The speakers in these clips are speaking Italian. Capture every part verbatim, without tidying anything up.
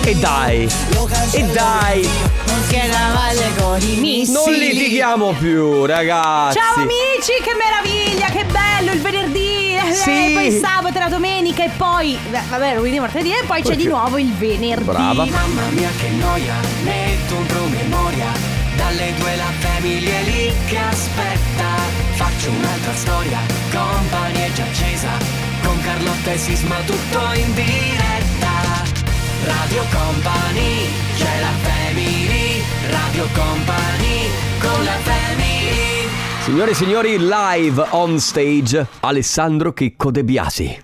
E dai, e dai, che navalle con i missili. non litighiamo più, ragazzi. Ciao amici, che meraviglia, che bello il venerdì. Sì. E poi il sabato e la domenica e poi vabbè, lunedì, martedì e poi c'è di nuovo il venerdì. Brava. Mamma mia che noia, metto un promemoria. Dalle due la famiglia è lì che aspetta. Faccio un'altra storia, Company è già accesa. Con Carlotta e Sisma tutto in diretta. Radio Company, c'è la family. Radio Company, con la family. Signore e signori, live on stage, Alessandro Chicco De Biasi.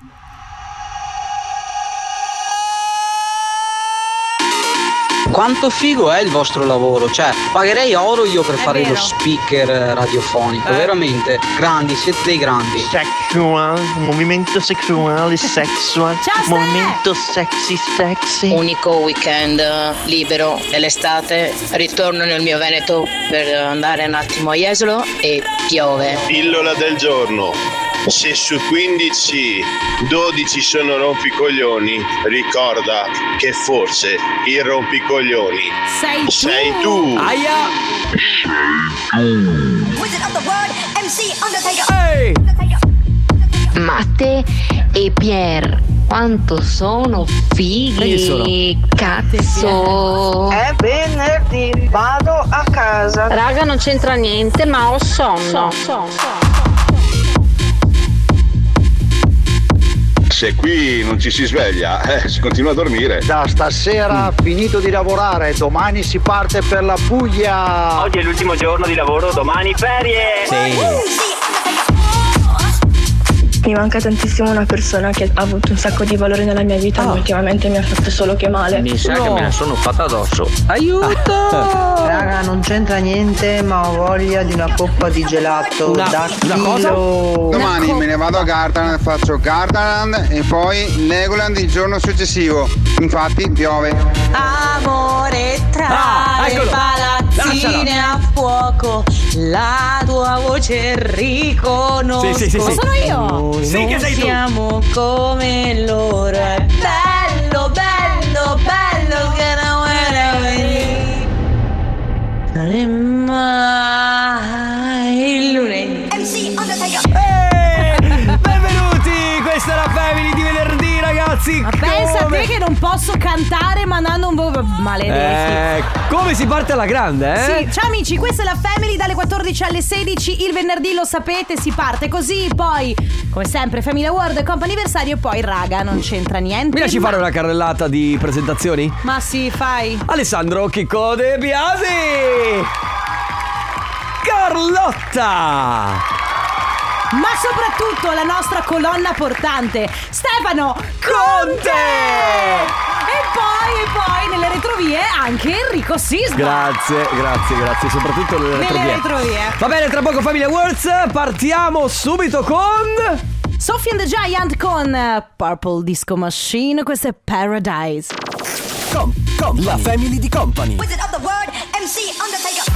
Quanto figo è il vostro lavoro, cioè pagherei oro io per È fare vero. lo speaker radiofonico, Eh. veramente, grandi, siete dei grandi. Sexual, movimento sexuale, sexual, Ciao, Ste! movimento sexy, sexy. Unico weekend libero dell'estate, ritorno nel mio Veneto per andare un attimo a Jesolo e piove. Pillola del giorno. Se su quindici dodici sono rompicoglioni, ricorda che forse il rompicoglioni Sei tu. sei tu. Aia! Wizard of the Word, M C Undertaker. Ehi! Matte e Pier, quanto sono fighi, E chi sono? cazzo. È venerdì, vado a casa. Raga, non c'entra niente, ma ho sonno. Se qui non ci si sveglia, eh, si continua a dormire. Da stasera finito di lavorare, domani si parte per la Puglia. Oggi è l'ultimo giorno di lavoro, domani ferie. Sì. Mi manca tantissimo una persona che ha avuto un sacco di valore nella mia vita, ma ultimamente mi ha fatto solo che male. Mi sa che me la sono fatta addosso. Aiuto! Raga, non c'entra niente, ma ho voglia di una coppa di gelato Una- da una cosa? chilo. Domani me ne vado a Gardaland, faccio Gardaland e poi Legoland il giorno successivo. Infatti piove. Amore tra Ah, le eccolo. palazzine a fuoco, la tua voce riconosco. Sì, sì, sì, sì. Ma sono io? Sì, che sei tu. Siamo come loro. È bello, bello, bello che non era venire. Non è mai il lunedì. M C Undertaker. Ehi! Benvenuti! Questa è la family di venerdì, ragazzi. Ma pensa a Come- te che non posso cantare ma non un vo- maledetti. Eh, come si parte alla grande, eh? Sì, ciao amici, questa è la Family dalle quattordici alle sedici. Il venerdì lo sapete, si parte così. Poi, come sempre, Family Award, comp'anniversario. E poi, raga, non c'entra niente. Mi lasci ma... fare una carrellata di presentazioni? Ma sì, fai. Alessandro Chicco De Biasi, Carlotta, Ma soprattutto la nostra colonna portante, Stefano Conte. E poi, e poi, nelle retrovie anche Enrico Sisma. Grazie, grazie, grazie, soprattutto nelle Nelle retrovie. retrovie. Va bene, tra poco Family Awards, partiamo subito con... Sophie and the Giant con eh, Purple Disco Machine. Questo è Paradise. Com, com, la family di Company. Wizard of the Word, M C Undertaker.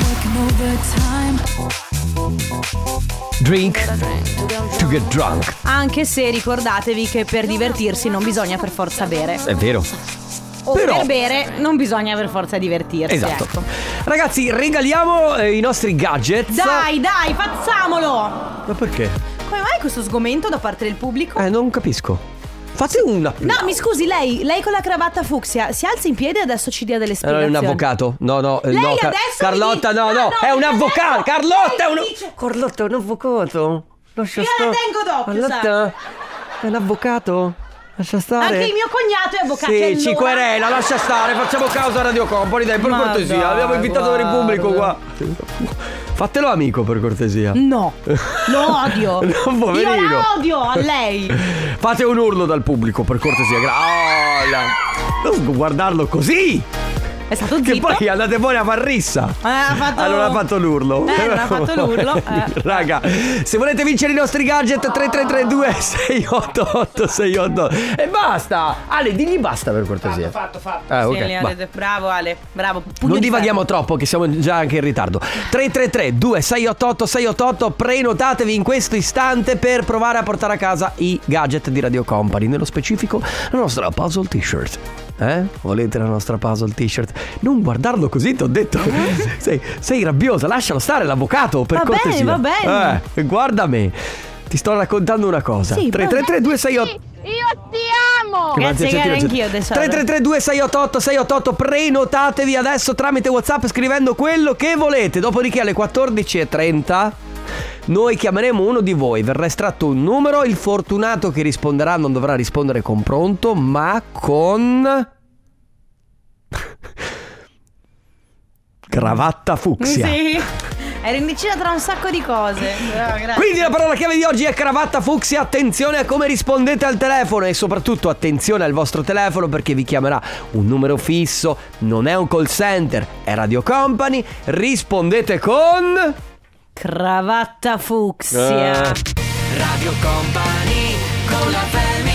Drink to get drunk. Anche se ricordatevi che per divertirsi non bisogna per forza bere. È vero. O Però- per bere non bisogna per forza divertirsi. Esatto. Ecco. Ragazzi, regaliamo eh, i nostri gadgets. Dai, dai, facciamolo! Ma perché? Come mai questo sgomento da parte del pubblico? Eh, non capisco. Fate una. No, mi scusi, lei, lei con la cravatta fucsia si alza in piedi e adesso ci dia delle Eh, non è spiegazioni. un avvocato. No, no, eh, Lei no. adesso Carlotta, mi dice- no, no, no, no, è un perché avvocato. adesso Carlotta è lei un dice- Carlotta è un avvocato. Lascia Io la stare. tengo d'occhio, Carlotta è un avvocato. Lascia stare. Anche il mio cognato è avvocato. Sì, allora- ci querela, lascia stare, facciamo causa a Radio Company, dai, per Ma cortesia. dai, Abbiamo invitato il guarda. pubblico qua. Fatelo amico, per cortesia. No, lo odio. No, poverino. Io la odio a lei. Fate un urlo dal pubblico, per cortesia. Gra- oh, la- non guardarlo così. È stato Che zitto. poi andate fuori a far rissa. Eh, ha fatto... Ah, non ha fatto l'urlo. Eh, non ha fatto l'urlo, eh. Raga, se volete vincere i nostri gadget, tre tre tre due sei otto otto sei otto. E basta. Ale, digli basta, per cortesia. Fatto, fatto. Ah, ok, Sì, va. Ale, bravo Ale, bravo. Pugno Non di divaghiamo troppo, che siamo già anche in ritardo. tre tre tre due sei otto otto sei otto otto. Prenotatevi in questo istante per provare a portare a casa i gadget di Radio Company. Nello specifico la nostra puzzle t-shirt. Eh? Volete la nostra puzzle t-shirt? Non guardarlo così, ti ho detto. sei, sei rabbiosa, lascialo stare l'avvocato, per va cortesia. bene, va bene. Eh, guarda me. Ti sto raccontando una cosa. Sì, tre tre tre due sei otto Io ti amo! Grazie, che anch'io adesso. tre tre tre due sei otto otto sei otto otto. Prenotatevi adesso tramite WhatsApp scrivendo quello che volete. Dopodiché alle quattordici e trenta noi chiameremo uno di voi. Verrà estratto un numero. Il fortunato che risponderà non dovrà rispondere con pronto, ma con cravatta fucsia. Sì. Ero indecisa tra un sacco di cose. Oh, Quindi la parola chiave di oggi è cravatta fucsia. Attenzione a come rispondete al telefono e soprattutto attenzione al vostro telefono, perché vi chiamerà un numero fisso. Non è un call center, è Radio Company. Rispondete con cravatta fucsia. Eh. Radio Company con la family.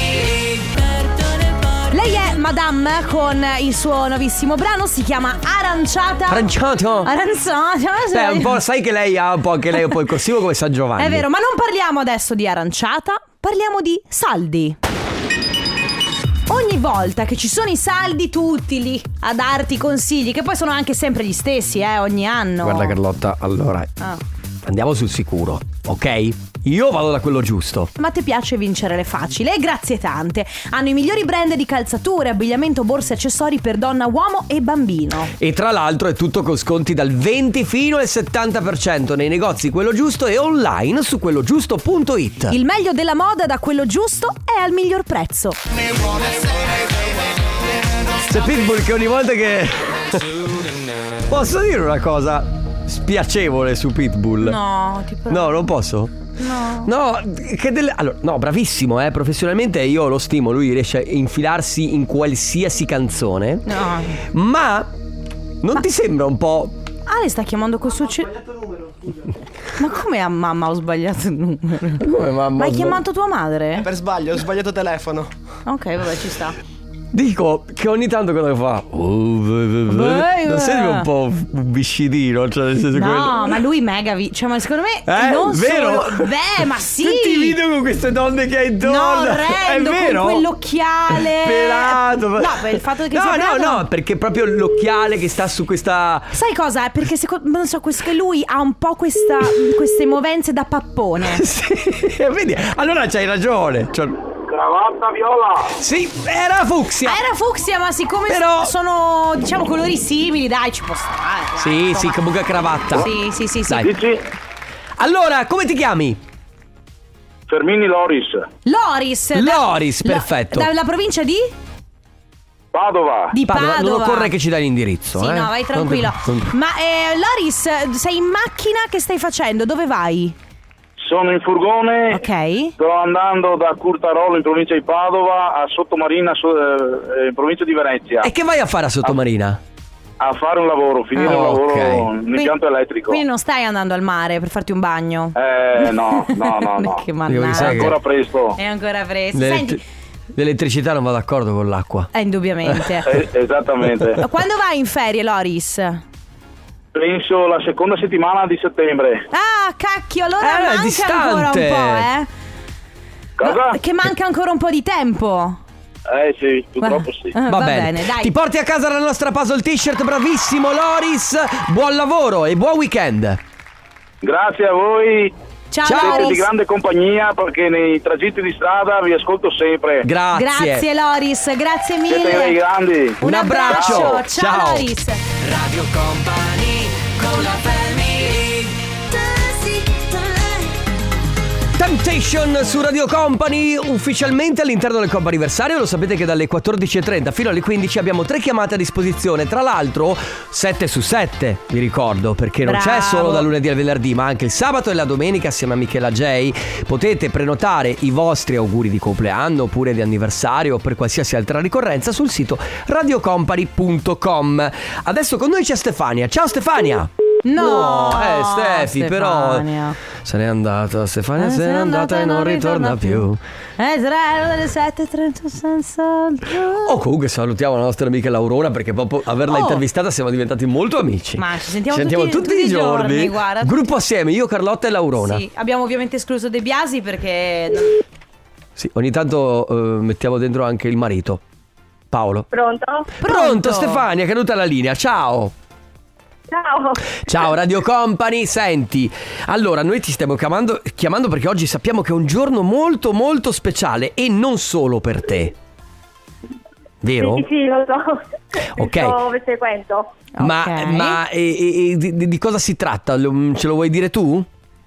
Lei è Madame con il suo nuovissimo brano, si chiama Aranciata. Aranciato. Aranciata. Beh, un po', sai che lei ha un po' anche lei un po' il corsivo come San Giovanni. È vero, ma non parliamo adesso di aranciata, parliamo di saldi. Ogni volta che ci sono i saldi, tutti lì a darti consigli, che poi sono anche sempre gli stessi, eh, ogni anno. Guarda Carlotta, allora Ah. andiamo sul sicuro, ok? Io vado da quello giusto. Ma ti piace vincere le facili? E grazie tante. Hanno i migliori brand di calzature, abbigliamento, borse e accessori per donna, uomo e bambino. E tra l'altro è tutto con sconti dal venti fino al settanta per cento nei negozi Quello Giusto e online su quello giusto punto it. Il meglio della moda da Quello Giusto è al miglior prezzo. C'è Pitbull che ogni volta che posso dire una cosa spiacevole su Pitbull? No, tipo No, non posso? No. No, che delle... allora, no, bravissimo, eh, professionalmente io lo stimo, lui riesce a infilarsi in qualsiasi canzone. No. Ma non ti sembra un po'... Ale sta chiamando col suo ce... Ma come a mamma ho sbagliato il numero? Come mamma? Ma hai ho chiamato tua madre? Per sbaglio, ho sbagliato telefono. Ok, vabbè, ci sta. Dico che ogni tanto quando fa oh, Beh, non sembra un po' un biscidino, cioè nel senso No, quello... ma lui mega vi... Cioè, ma secondo me Eh, non vero? solo... Beh, ma sì. Tutti i video con queste donne che hai intorno. No, rendo, è vero? con quell'occhiale Pelato. No, per il fatto che No, sia no, pelato... no, perché proprio l'occhiale che sta su questa... Sai cosa? Perché secondo non so, questo che lui ha un po' questa queste movenze da pappone. Sì, vedi? Allora c'hai ragione. Cioè... Cravatta viola. Sì, era fucsia. Ah, era fucsia, ma siccome Però... sono, diciamo, colori simili, dai, ci può stare. Dai, Sì, insomma. sì, comunque cravatta. Sì, sì, sì, sì. Dai. Dici? Allora, come ti chiami? Fermini Loris. Loris. Loris, da, perfetto. Dalla provincia di? Padova. Di Padova. Non occorre che ci dai l'indirizzo. Sì, eh? no, vai tranquillo. Non ti- Ma eh, Loris, sei in macchina? Che stai facendo? Dove vai? Sono in furgone. Ok. Sto andando da Curtarolo in provincia di Padova a Sottomarina so- eh, in provincia di Venezia. E che vai a fare a Sottomarina? A fare un lavoro, finire Ah, un lavoro ok. in impianto elettrico. Quindi non stai andando al mare per farti un bagno? Eh no, no, no, no. Che È mannaggia. sai che- ancora presto. È ancora presto. L'elettri- Senti, L'elettricità non va d'accordo con l'acqua. eh, indubbiamente. Eh, esattamente. Quando vai in ferie, Loris? Penso la seconda settimana di settembre. Ah, cacchio, allora Eh, manca distante. ancora un po', eh? Cosa? Che manca ancora un po' di tempo. Eh sì, purtroppo sì. Eh, Va, bene. dai. Ti porti a casa la nostra puzzle t-shirt, bravissimo Loris. Buon lavoro e buon weekend. Grazie a voi. Ciao, Siete Loris. di grande compagnia perché nei tragitti di strada vi ascolto sempre. Grazie. Grazie Loris, grazie mille. Siete dei grandi. Un abbraccio. Ciao, Ciao. Loris. Radio Company con la family. Temptation su Radio Company, ufficialmente all'interno del comp'anniversario. Lo sapete che dalle quattordici e trenta fino alle quindici abbiamo tre chiamate a disposizione. Tra l'altro sette su sette, vi ricordo, perché non Bravo. c'è solo dal lunedì al venerdì, ma anche il sabato e la domenica assieme a Michela J. Potete prenotare i vostri auguri di compleanno oppure di anniversario o per qualsiasi altra ricorrenza sul sito radio company punto com. Adesso con noi c'è Stefania. Ciao Stefania. No, eh Stefi, però Stefania. se n'è andata Stefania, Eh, se n'è andata e non ritorna più. Eh, tre delle sette e trenta senza Oh, comunque salutiamo la nostra amica Laurona, perché dopo averla Oh. intervistata siamo diventati molto amici. Ma ci sentiamo tutti- tutti, tutti i i giorni, giorni, guarda. Gruppo assieme, io, Carlotta e Laurona. Sì, abbiamo ovviamente escluso De Biasi perché Sì, ogni tanto eh, mettiamo dentro anche il marito. Paolo. Pronto? Pronto, Pronto Stefania, è caduta la linea. Ciao. Ciao. Ciao Radio Company. Senti, allora noi ti stiamo chiamando, chiamando perché oggi sappiamo che è un giorno molto molto speciale e non solo per te. Vero? Sì, sì, lo so. Ok. Lo frequento. Ma, Ok. ma e, e- e di, di cosa si tratta? Lo- Ce lo vuoi dire tu?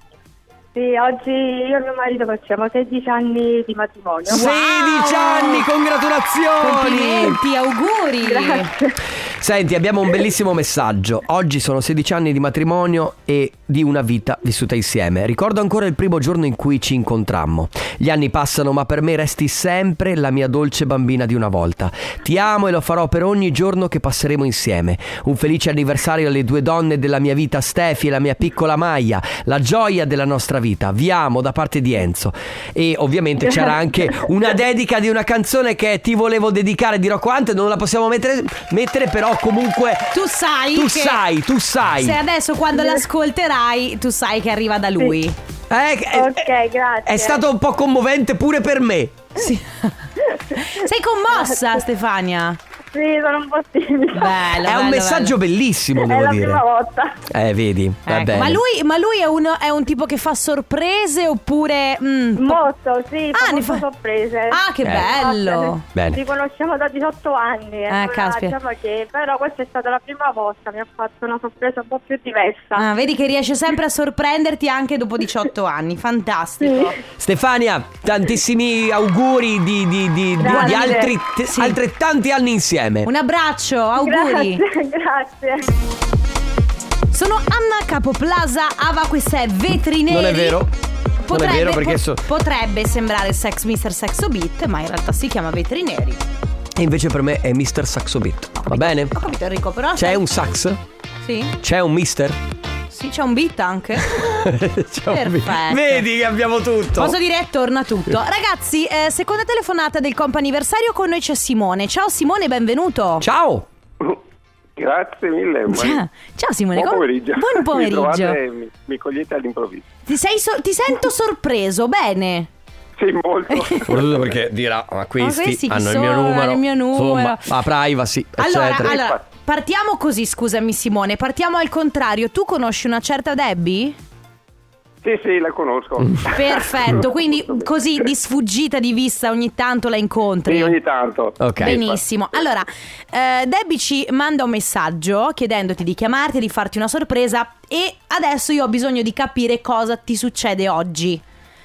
Sì, oggi io e mio marito facciamo sedici anni di matrimonio. sedici anni, congratulazioni! Complimenti, auguri. Grazie. Senti, abbiamo un bellissimo messaggio. Oggi sono sedici anni di matrimonio e di una vita vissuta insieme. Ricordo ancora il primo giorno in cui ci incontrammo. Gli anni passano, ma per me resti sempre la mia dolce bambina di una volta. Ti amo e lo farò per ogni giorno che passeremo insieme. Un felice anniversario alle due donne della mia vita, Stefi e la mia piccola Maia, la gioia della nostra vita. Vi amo da parte di Enzo. E ovviamente c'era anche una dedica di una canzone che ti volevo dedicare di Rocco Hunt. Non la possiamo mettere, mettere però comunque Tu sai tu che sai, tu sai. se adesso quando l'ascolterai tu sai che arriva da lui. Eh, eh, Ok, grazie. è stato un po' commovente pure per me. Sì. Sei commossa, Stefania? Sì, sono un po' timida. Bello, È un bello, messaggio bello. bellissimo, È devo la dire. prima volta. Eh, vedi, va Ecco, bene. ma lui, ma lui è, uno, è un tipo che fa sorprese oppure mm, po- Molto, sì, Ah, fa ne molto fa- sorprese. Ah, che Eh. bello. Bene. Ci conosciamo da diciotto anni. Eh, caspita. Diciamo che, però questa è stata la prima volta, mi ha fatto una sorpresa un po' più diversa. Ah, vedi che riesce sempre a sorprenderti anche dopo diciotto anni. Fantastico. Stefania, tantissimi auguri di, di, di, di, Grazie. di altri, t- Sì. altrettanti anni insieme. Un abbraccio, auguri. Grazie, grazie. Sono Anna Capoplaza. Ava, questa è Vetri Neri. Non è vero. Potrebbe, non è vero perché po- so- potrebbe sembrare Sex mister Saxo Beat, ma in realtà si chiama Vetri Neri. E invece per me è mister Saxo Beat. Va bene? Ho capito, Enrico, però C'è un sax? Sì, C'è un mister? sì, c'è un beat anche. C'è un beat. Perfetto. Vedi che abbiamo tutto. Posso dire torna tutto. Ragazzi, eh, seconda telefonata del comp'anniversario, con noi c'è Simone. Ciao Simone, benvenuto. Ciao. Grazie mille. Ciao, ciao Simone. Buon com- pomeriggio. Buon pomeriggio. Mi, trovate, mi, mi cogliete all'improvviso. Ti, sei so- ti sento sorpreso, bene. Sì, molto. Soprattutto perché dirà, ma questi, Ma questi chi hanno il sono? mio numero. Hanno il mio numero. Insomma, la privacy, Allora, eccetera. allora, partiamo così, scusami Simone. Partiamo al contrario. Tu conosci una certa Debbie? Sì, sì, la conosco. Perfetto, quindi così di sfuggita di vista ogni tanto la incontri. Sì, ogni tanto. Ok. Benissimo. Allora, eh, Debbie ci manda un messaggio chiedendoti di chiamarti, di farti una sorpresa, e adesso io ho bisogno di capire cosa ti succede oggi.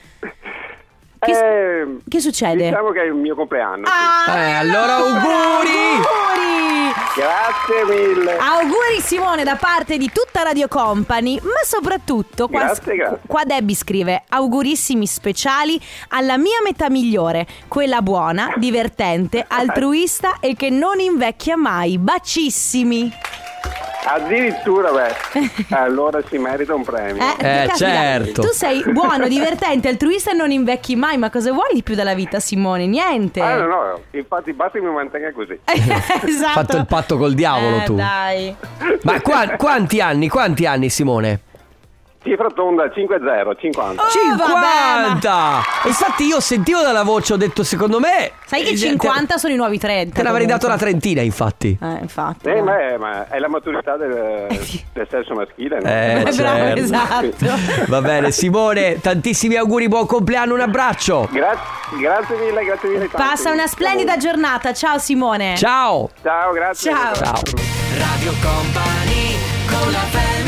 Che, Eh, che succede? Diciamo che è il mio compleanno. Ah, Eh, allora auguri! Auguri! Grazie mille. Auguri Simone da parte di tutta Radio Company, ma soprattutto qua, Grazie, grazie. qua Debbie scrive augurissimi speciali alla mia metà migliore, quella buona, divertente, altruista e che non invecchia mai. Bacissimi. Addirittura, beh, allora si merita un premio. Eh, caspita, certo. Tu sei buono, divertente, altruista e non invecchi mai, ma cosa vuoi di più dalla vita, Simone? Niente. Ah, no, no, infatti basta che mi mantenga così. Esatto. Fatto il patto col diavolo Eh, tu. dai. Ma qua- quanti anni, quanti anni Simone? Cifra tonda cinque zero, cinquanta. Oh, cinquanta! Infatti io sentivo dalla voce, ho detto secondo me Sai che eh, cinquanta sono i nuovi trenta. Te ne avrei dato comunque. una trentina infatti. Eh, infatti. Eh, ma, è, ma è la maturità del, del sesso maschile, no? Eh, Bravo, certo. esatto. Va bene Simone, tantissimi auguri, buon compleanno, un abbraccio. Gra- grazie mille, grazie mille. tanti. Passa una splendida giornata. Ciao Simone. Ciao. Ciao, grazie. Ciao. Ciao. Radio Company con la family.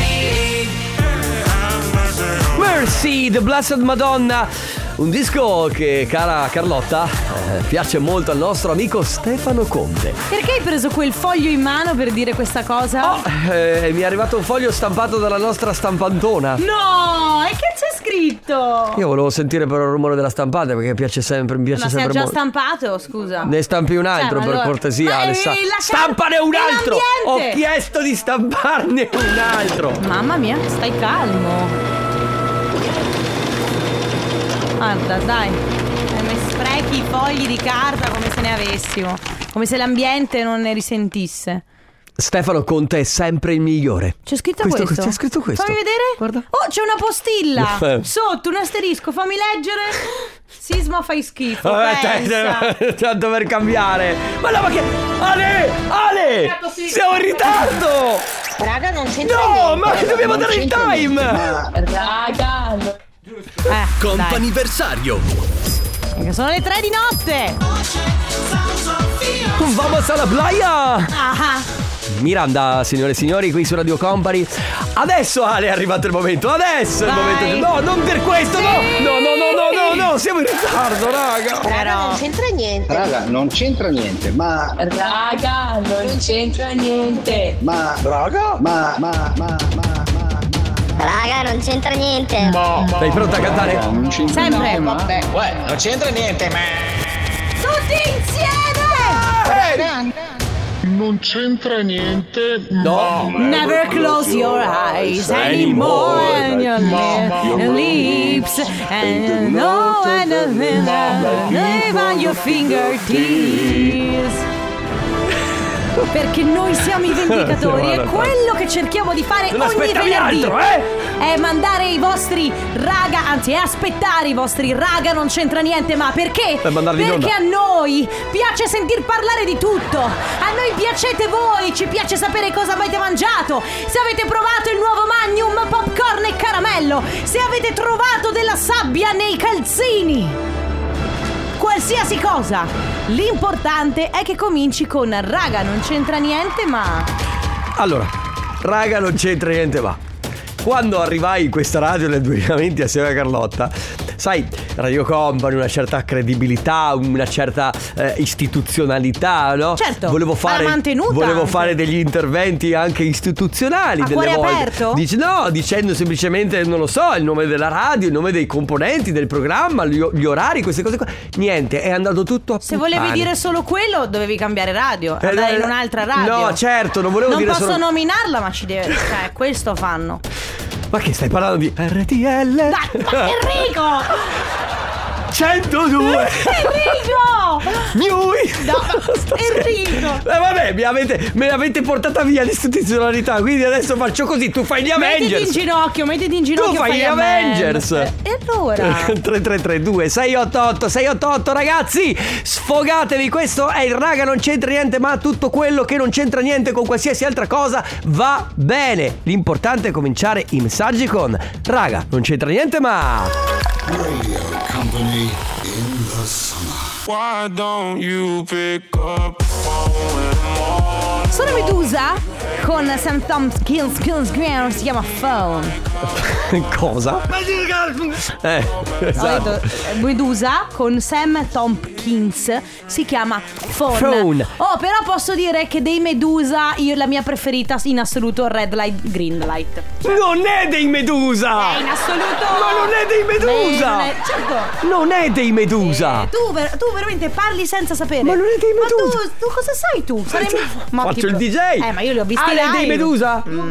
Mercy, The Blessed Madonna. Un disco che, cara Carlotta, eh, piace molto al nostro amico Stefano Conte. Perché hai preso quel foglio in mano per dire questa cosa? Oh, eh, mi è arrivato un foglio stampato dalla nostra stampantona. No, e che c'è scritto? Io volevo sentire però il rumore della stampante perché piace sempre, mi piace Ma sei sempre già molto. stampato, scusa. Ne stampi un altro Cioè, ma per allora- cortesia, Ma, eh, Alessandro. la car- Stampane un e altro! Ho l'ambiente! chiesto di stamparne un altro. Mamma mia, stai calmo. Guarda, dai. Eh, mi sprechi i fogli di carta come se ne avessimo. Come se l'ambiente non ne risentisse. Stefano Conte è sempre il migliore. C'è scritto questo? questo? C'è scritto questo. Fammi vedere. Guarda. Oh, c'è una postilla. Sotto un asterisco, fammi leggere. Sisma fai schifo. Vabbè, tanto per cambiare. Ma no, ma che. Ale! Ale! Siamo in ritardo! Raga, non c'entra No, niente. ma che dobbiamo dare il time! Raga, Eh, Comp'anniversario. Perché sono le tre di notte. Vamos alla playa! Ah. Miranda, signore e signori, qui su Radio Company. Adesso Ale è arrivato il momento. Adesso è il Vai. momento. No, non per questo, Sì. no. No, no, no, no, no, no, siamo in ritardo, raga. raga, non c'entra niente. Raga, non c'entra niente, ma. Raga, non c'entra niente. Ma. Raga? Ma, ma, ma, ma, ma. Raga, non c'entra niente. Sei pronta a cantare? Non c'entra Sempre. niente, ma. Vabbè. Uè, non c'entra niente, ma. Tutti insieme. Non c'entra niente. No. Never close your eyes anymore, and your lips, and you know and live on your fingertips. Perché noi siamo i vendicatori e quello che cerchiamo di fare Non ogni aspettavi venerdì altro, eh? è mandare i vostri raga, anzi è aspettare i vostri raga non c'entra niente, ma perché? Per mandarli in Perché onda. a noi piace sentir parlare di tutto. A noi piacete voi, ci piace sapere cosa avete mangiato, se avete provato il nuovo Magnum popcorn e caramello, se avete trovato della sabbia nei calzini. Qualsiasi cosa. L'importante è che cominci con raga non c'entra niente, ma Allora, raga, non c'entra niente, ma quando arrivai in questa radio nel duemilaventi assieme a Carlotta, sai, Radio Company, una certa credibilità, una certa eh, istituzionalità, no? Certo, volevo fare, ma mantenuta volevo anche. fare degli interventi anche istituzionali A delle cuore volte. aperto? Dici, no, dicendo semplicemente, non lo so, il nome della radio, il nome dei componenti del programma, gli, gli orari, queste cose qua. Niente, è andato tutto a se puttane. volevi dire solo quello dovevi cambiare radio, andare Eh, in un'altra radio. No, certo, non volevo Non dire posso solo... nominarla, ma ci deve. Cioè, questo fanno. Ma che stai parlando di R T L? Dai, ma Enrico! centodue Enrico! Miui! No, Enrico! Eh vabbè, mi avete, me l'avete portata via l'istituzionalità, quindi adesso faccio così, tu fai gli Mettiti Avengers. in ginocchio, mettiti in ginocchio. Tu fai gli Avengers. Eh, E allora? tre tre tre due sei otto otto sei otto otto ragazzi, sfogatevi, questo è il raga non c'entra niente, ma tutto quello che non c'entra niente con qualsiasi altra cosa va bene. L'importante è cominciare i messaggi con raga non c'entra niente, ma Radio Company in the summer. Why don't you pick up the phone anymore? Sono Medusa con Sam Tompkins, si chiama Phone. cosa? Eh, Ho esatto. detto eh, Medusa con Sam Tompkins si chiama Phone. Phone. Oh, però posso dire che dei Medusa io la mia preferita in assoluto è Red Light, Green Light. Non è dei Medusa! Eh, in assoluto. Ma non è dei Medusa! Beh, non è- certo. Non è dei Medusa! Eh, tu, ver- tu veramente parli senza sapere. Ma non è dei Medusa. Ma tu, tu cosa sai tu? Sarei ma Faccio tipo- il D J! Eh, ma io li ho visti Ah, lei è live. dei Medusa? Mm.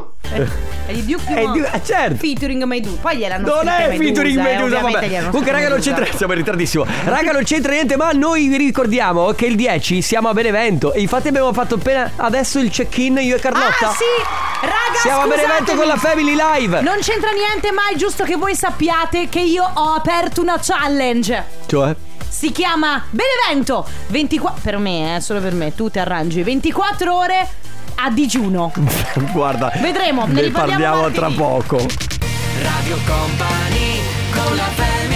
È di Duke È di- eh, certo. Featuring Medusa. Poi gliel'hanno Non scritte è featuring eh, Medusa, ovviamente vabbè. gliel'hanno Comunque, raga, non scritte c'entra. Siamo in ritardissimo. Raga, non c'entra niente, ma noi vi ricordiamo che il dieci siamo a Benevento. E infatti abbiamo fatto appena adesso il check-in io e Carlotta. Ah, sì! Raga, Siamo a Benevento scusatemi. con la Family Live. Non c'entra niente, ma è giusto che voi sappiate che io ho aperto una challenge. Cioè? Si chiama Benevento ventiquattro. Per me, eh, solo per me, tu ti arrangi. ventiquattro ore a digiuno. Guarda, Vedremo, ne ne riparliamo parliamo martedì. tra poco. Radio Company con la family.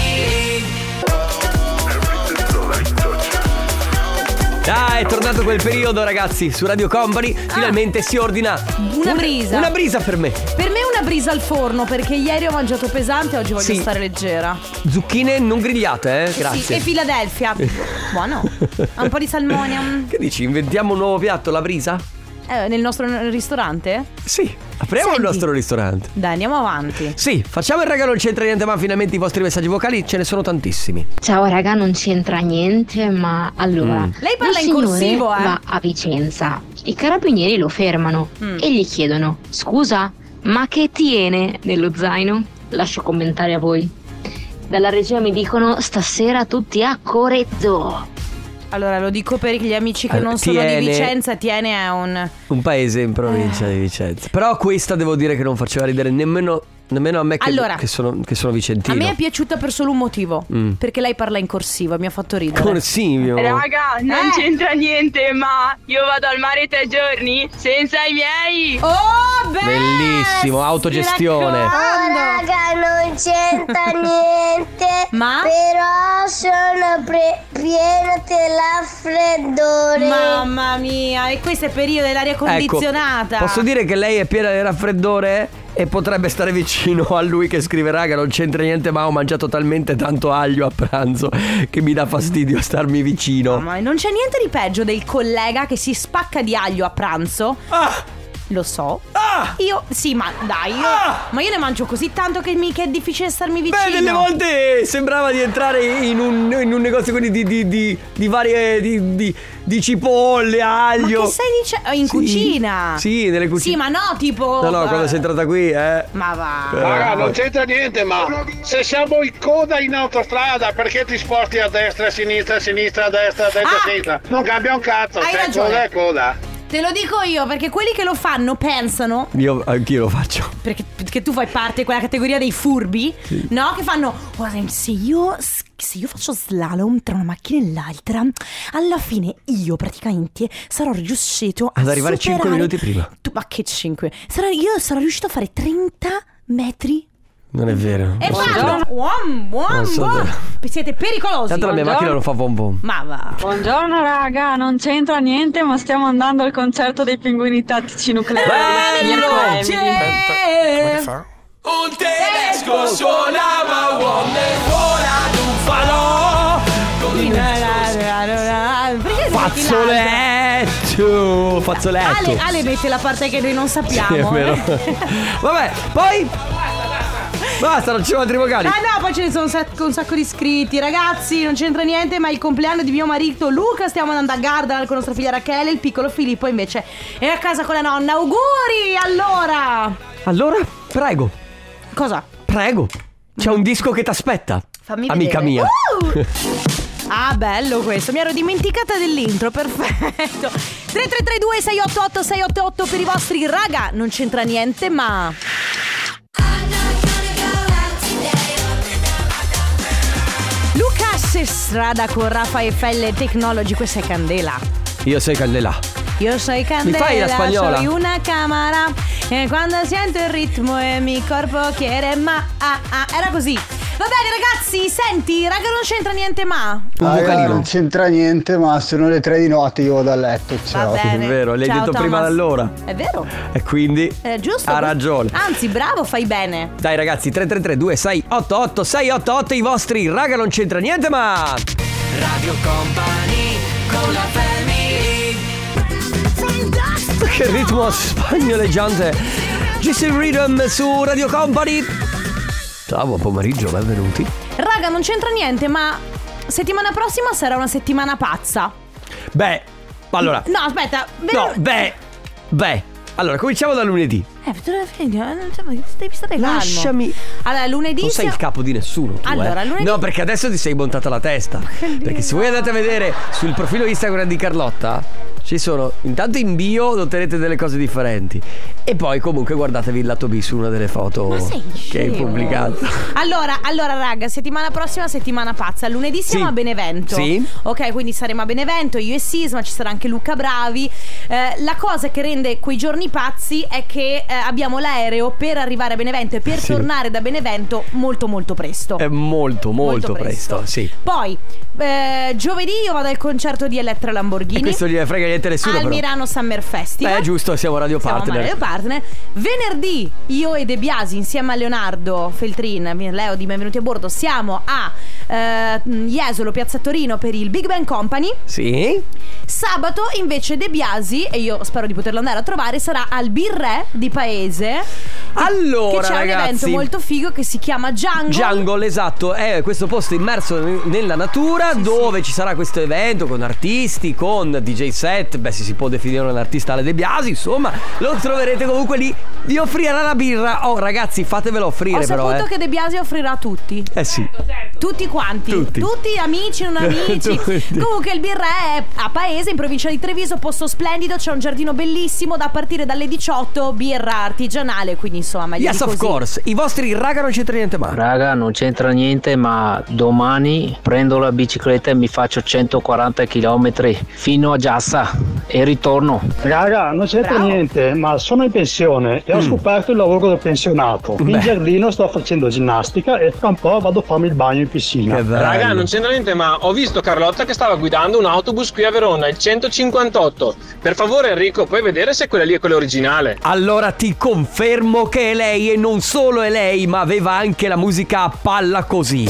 Dai, è tornato quel periodo, ragazzi. Su Radio Company finalmente si ordina Una brisa. Una brisa per me. Per me una brisa al forno, perché ieri ho mangiato pesante e oggi voglio Sì. stare leggera. Zucchine non grigliate, eh? Grazie. Sì, e Philadelphia. Buono. Ha un po' di salmone. mm. Che dici? Inventiamo un nuovo piatto, la brisa? Eh, nel nostro ristorante? Sì, apriamo Senti. il nostro ristorante. Dai, andiamo avanti. Sì, facciamo il raga non c'entra niente, ma finalmente i vostri messaggi vocali ce ne sono tantissimi. Ciao raga, non c'entra niente, ma allora Mm. Lei parla un in signore corsivo, eh? va a Vicenza. I carabinieri lo fermano Mm. e gli chiedono: scusa, ma che tiene nello zaino? Lascio commentare a voi. Dalla regia mi dicono: stasera tutti a Coretto. Allora lo dico per gli amici che Allora, non sono Tiene- di Vicenza. Tiene è un... Un paese in provincia di Vicenza. Però questa devo dire che non faceva ridere nemmeno, nemmeno a me che, Allora, che, sono, che sono A vicentino. me è piaciuta per solo un motivo. Mm. Perché lei parla in corsivo e mi ha fatto ridere. Corsivio. Raga, non Eh. c'entra niente, ma io vado al mare tre giorni senza i miei. Oh, beh! Bellissimo, autogestione. Oh raga, non c'entra niente. Ma? Però sono pre- piena di raffreddore. Mamma mia, e questo è periodo dell'aria condizionata. Ecco, posso dire che lei è piena di raffreddore e potrebbe stare vicino a lui che scrive: raga, non c'entra niente, ma ho mangiato talmente tanto aglio a pranzo che mi dà fastidio starmi vicino. Ma non c'è niente di peggio del collega che si spacca di aglio a pranzo. Ah! Lo so. Ah! Io, sì, ma dai, io, Ah! ma io ne mangio così tanto che mi che è difficile starmi vicino. Beh, delle volte sembrava di entrare in un, in un negozio quindi di, di, di, di varie di, di, di cipolle, aglio. Ma che stai dicendo? In Sì. cucina? Sì, nelle cucine. Sì, ma no, tipo. No, no, quando sei entrata qui, eh. Ma va. Raga, non c'entra niente, ma se siamo in coda in autostrada, perché ti sposti a destra, a sinistra, a sinistra, a destra, a destra, Ah! a sinistra? Non cambia un cazzo, Hai se è ragione. coda è coda. Te lo dico io, perché quelli che lo fanno pensano, Io anch'io lo faccio. perché, perché tu fai parte di quella categoria dei furbi, no? Che fanno, guarda, se io, se io faccio slalom tra una macchina e l'altra, alla fine io praticamente sarò riuscito a Ad arrivare cinque superare- minuti prima. Tu, ma che cinque? Sarò, io sarò riuscito a fare trenta metri. Non è vero. E Non so fanno dire. uom, uom, Non so uom. dire. Siete pericolosi. Tanto la mia macchina non fa pom pom. Ma va. Buongiorno raga, non c'entra niente, ma stiamo andando al concerto dei pinguini tattici nucleari. Bello! Come fa? Un tedesco suonava Wonderwall ad un falò. Perché Fazzoletto! Fazzoletto! Ale, Ale mette la parte che noi non sappiamo. Sì, è vero. eh. Vabbè, poi basta, non ci sono altri vocali. Ah no, poi ce ne sono un sacco, un sacco di iscritti. Ragazzi, non c'entra niente, ma il compleanno di mio marito Luca. Stiamo andando a Gardaland con nostra figlia Rachele. Il piccolo Filippo invece è a casa con la nonna. Auguri, allora. Allora, prego, Cosa? prego. C'è un disco che t'aspetta. Fammi Amica vedere. mia. Uh! Ah, bello questo. Mi ero dimenticata dell'intro, perfetto. tre tre tre due sei otto otto sei otto otto per i vostri raga. Non c'entra niente, ma Lucas Estrada con Raffaele Technology. Questa è Candela. Io sei Candela. Io soy Candela, fai la spagnola? soy una cámara e quando sento il ritmo e mi corpo chiede ma ah, ah. Era così. Va bene ragazzi, senti, raga, non c'entra niente ma Un Raga, vocalino. non c'entra niente, ma sono le tre di notte, io vado a letto. Va Ciao. bene. È vero, l'hai Ciao, detto prima Thomas. d'allora. È vero, E quindi è giusto. ha ragione. Anzi, bravo, fai bene. Dai ragazzi, tre tre tre due sei otto otto sei otto otto i vostri raga, non c'entra niente, ma Radio Company con la family. che ritmo spagnoleggiante. G C Rhythm su Radio Company. Ciao, buon pomeriggio, benvenuti. Raga, non c'entra niente, ma settimana prossima sarà una settimana pazza. Beh, allora No, aspetta. No, beh Beh Allora, cominciamo da lunedì. Eh, devi stare calmo. Lasciami. Allora, lunedì Non sei sia- il capo di nessuno tu, Allora, eh. lunedì- No, perché adesso ti sei montata la testa. Perché se voi andate a vedere sul profilo Instagram di Carlotta, ci sono, intanto in bio otterrete delle cose differenti. E poi comunque guardatevi il lato B su una delle foto Ma sei che hai scemo. pubblicato. Allora, allora raga, settimana prossima settimana pazza. Lunedì siamo Sì. a Benevento. Sì. Ok, quindi saremo a Benevento, io e Sisma, ci sarà anche Luca Bravi. Eh, la cosa che rende quei giorni pazzi è che eh, abbiamo l'aereo per arrivare a Benevento e per Sì. tornare da Benevento molto molto presto. È molto, molto, Molto presto. presto, sì. Poi eh, giovedì io vado al concerto di Elettra E Lamborghini questo gli frega niente a nessuno, al però. Milano Summer Festival. Eh, giusto, siamo radio Siamo partner. Radio Partner. Venerdì io e De Biasi insieme a Leonardo Feltrin, Leo di Benvenuti a Bordo, siamo a eh, Jesolo, Piazza Torino per il Big Bang Company. Sì. Sabato invece De Biasi, e io spero di poterlo andare a trovare, sarà al Birré di Paese. Allora, che c'è ragazzi, un evento molto figo che si chiama Jungle. Jungle, esatto, è questo posto immerso nella natura, dove ci sarà questo evento con artisti, con D J set. Beh, si si può definire un artista alle De Biasi, insomma, lo troverete comunque lì. Vi offrirà la birra. Oh ragazzi, fatevelo offrire. Ho però saputo eh. che De Biasi offrirà a tutti. Eh sì. Tutti qua. quanti? Tutti. Tutti amici, non amici. Tutti. Comunque il birra è a Paese, in provincia di Treviso, posto splendido, c'è un giardino bellissimo, da partire dalle diciotto, birra artigianale, quindi insomma meglio Yes di of così. course. I vostri raga non c'entra niente ma. Raga, non c'entra niente, ma domani prendo la bicicletta e mi faccio centoquaranta chilometri fino a Giassa e ritorno. Raga, non c'entra Bravo. niente, ma sono in pensione e ho scoperto il lavoro del pensionato. In Beh. giardino sto facendo ginnastica e tra un po' vado a farmi il bagno in piscina. Che bello. Raga, non c'entra niente, ma ho visto Carlotta che stava guidando un autobus qui a Verona, il centocinquantotto. Per favore Enrico, puoi vedere se quella lì è quella originale? Allora ti confermo che è lei, e non solo è lei, ma aveva anche la musica a palla così.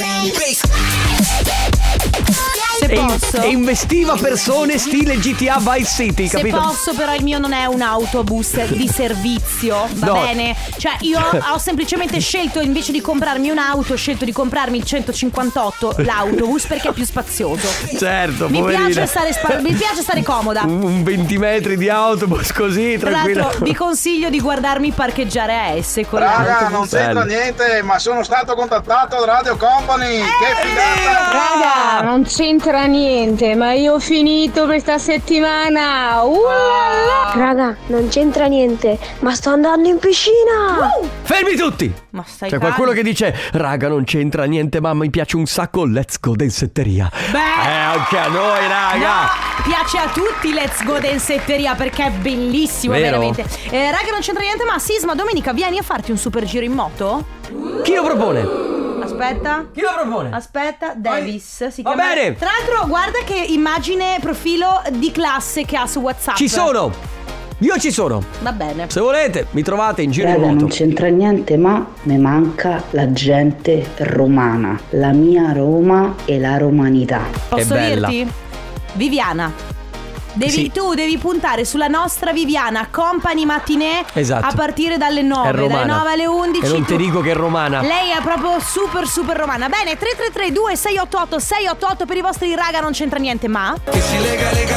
Se E, posso. e investiva persone stile G T A Vice City, Se capito? posso, però il mio non è un autobus di servizio, va No. bene? Cioè io ho semplicemente scelto, invece di comprarmi un'auto, ho scelto di comprarmi il centocinquantotto, l'autobus, perché è più spazioso. Certo, Mi poverina. piace stare spa- mi piace stare comoda. Un venti metri di autobus così, Tra tranquillo. l'altro vi consiglio di guardarmi parcheggiare a S con Raga, l'autobus. non c'entra Bello. niente, ma sono stato contattato da Radio Company. Che figata! Raga, non c'entra niente, ma io ho finito questa settimana. Uh là là. Raga, non c'entra niente, ma sto andando in piscina. Fermi tutti! Ma stai C'è qualcuno che dice: raga, non c'entra niente, ma mi piace un sacco, let's go densetteria. Beh, Eh, anche a noi, raga. no, piace a tutti Let's Go Densetteria perché è bellissimo, Vero? veramente. Eh, raga, non c'entra niente, ma Sisma, domenica vieni a farti un super giro in moto? Chi lo propone? Aspetta. Chi lo propone? Aspetta, Davis si Va chiama. bene. Tra l'altro, guarda che immagine profilo di classe che ha su WhatsApp. Ci sono. Io ci sono. Va bene. Se volete, mi trovate in giro in Raga, moto. non c'entra niente, ma mi manca la gente romana, la mia Roma e la romanità. Posso bella. dirti? Viviana. Devi, Sì. Tu devi puntare sulla nostra Viviana Company Mattinè. Esatto. A partire dalle È nove, dalle romana. nove alle undici. E non ti tu- dico che è romana. Lei è proprio super super romana. Bene, tre tre tre due sei otto otto sei otto otto per i vostri raga, non c'entra niente, ma Che si lega, lega,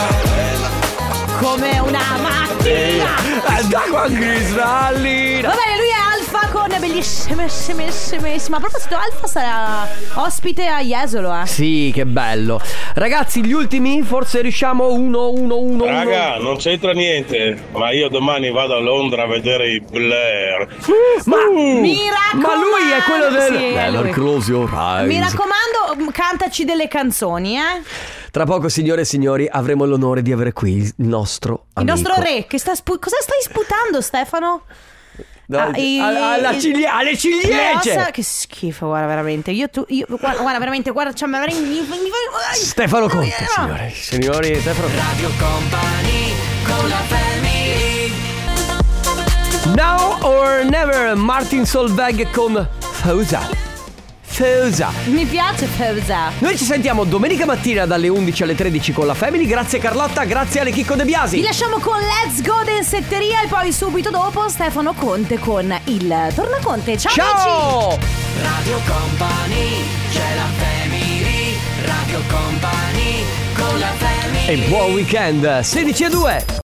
lega. come una mattina. Da qua cristallina. Va bene, lui è Alfa con bellissima, bellissima. A proposito, Alfa sarà ospite a Jesolo, eh. Sì, che bello. Ragazzi, gli ultimi, forse riusciamo uno, uno, uno, Raga, uno. non c'entra niente, ma io domani vado a Londra a vedere i Blair. Ma, Mi raccomando. ma lui è quello del Sì, è Never lui. Close Your Eyes. Mi raccomando, cantaci delle canzoni, eh. Tra poco, signore e signori, avremo l'onore di avere qui il nostro Il amico. nostro re che sta spu- cosa stai sputando, Stefano? No, Ah, i- alla- alla il- ciglie- alle le ciliegie. ossa- Che schifo, guarda, veramente. Io, tu, io guarda, guarda, veramente, guarda, cioè, mi, mi, mi, mi, Stefano Conte, signore. Signori, Stefano Conte. Radio Company con la family. Now or never, Martin Solveig con Fausa. Fausa. Mi piace Fausa. Noi ci sentiamo domenica mattina dalle undici alle tredici con la Family. Grazie Carlotta, grazie alle Chicco De Biasi. Vi lasciamo con Let's Go Densetteria e poi subito dopo Stefano Conte con il Tornaconte. Ciao, Ciao! amici. Radio Company, c'è la family. Radio Company con la family. E buon weekend, sedici e due.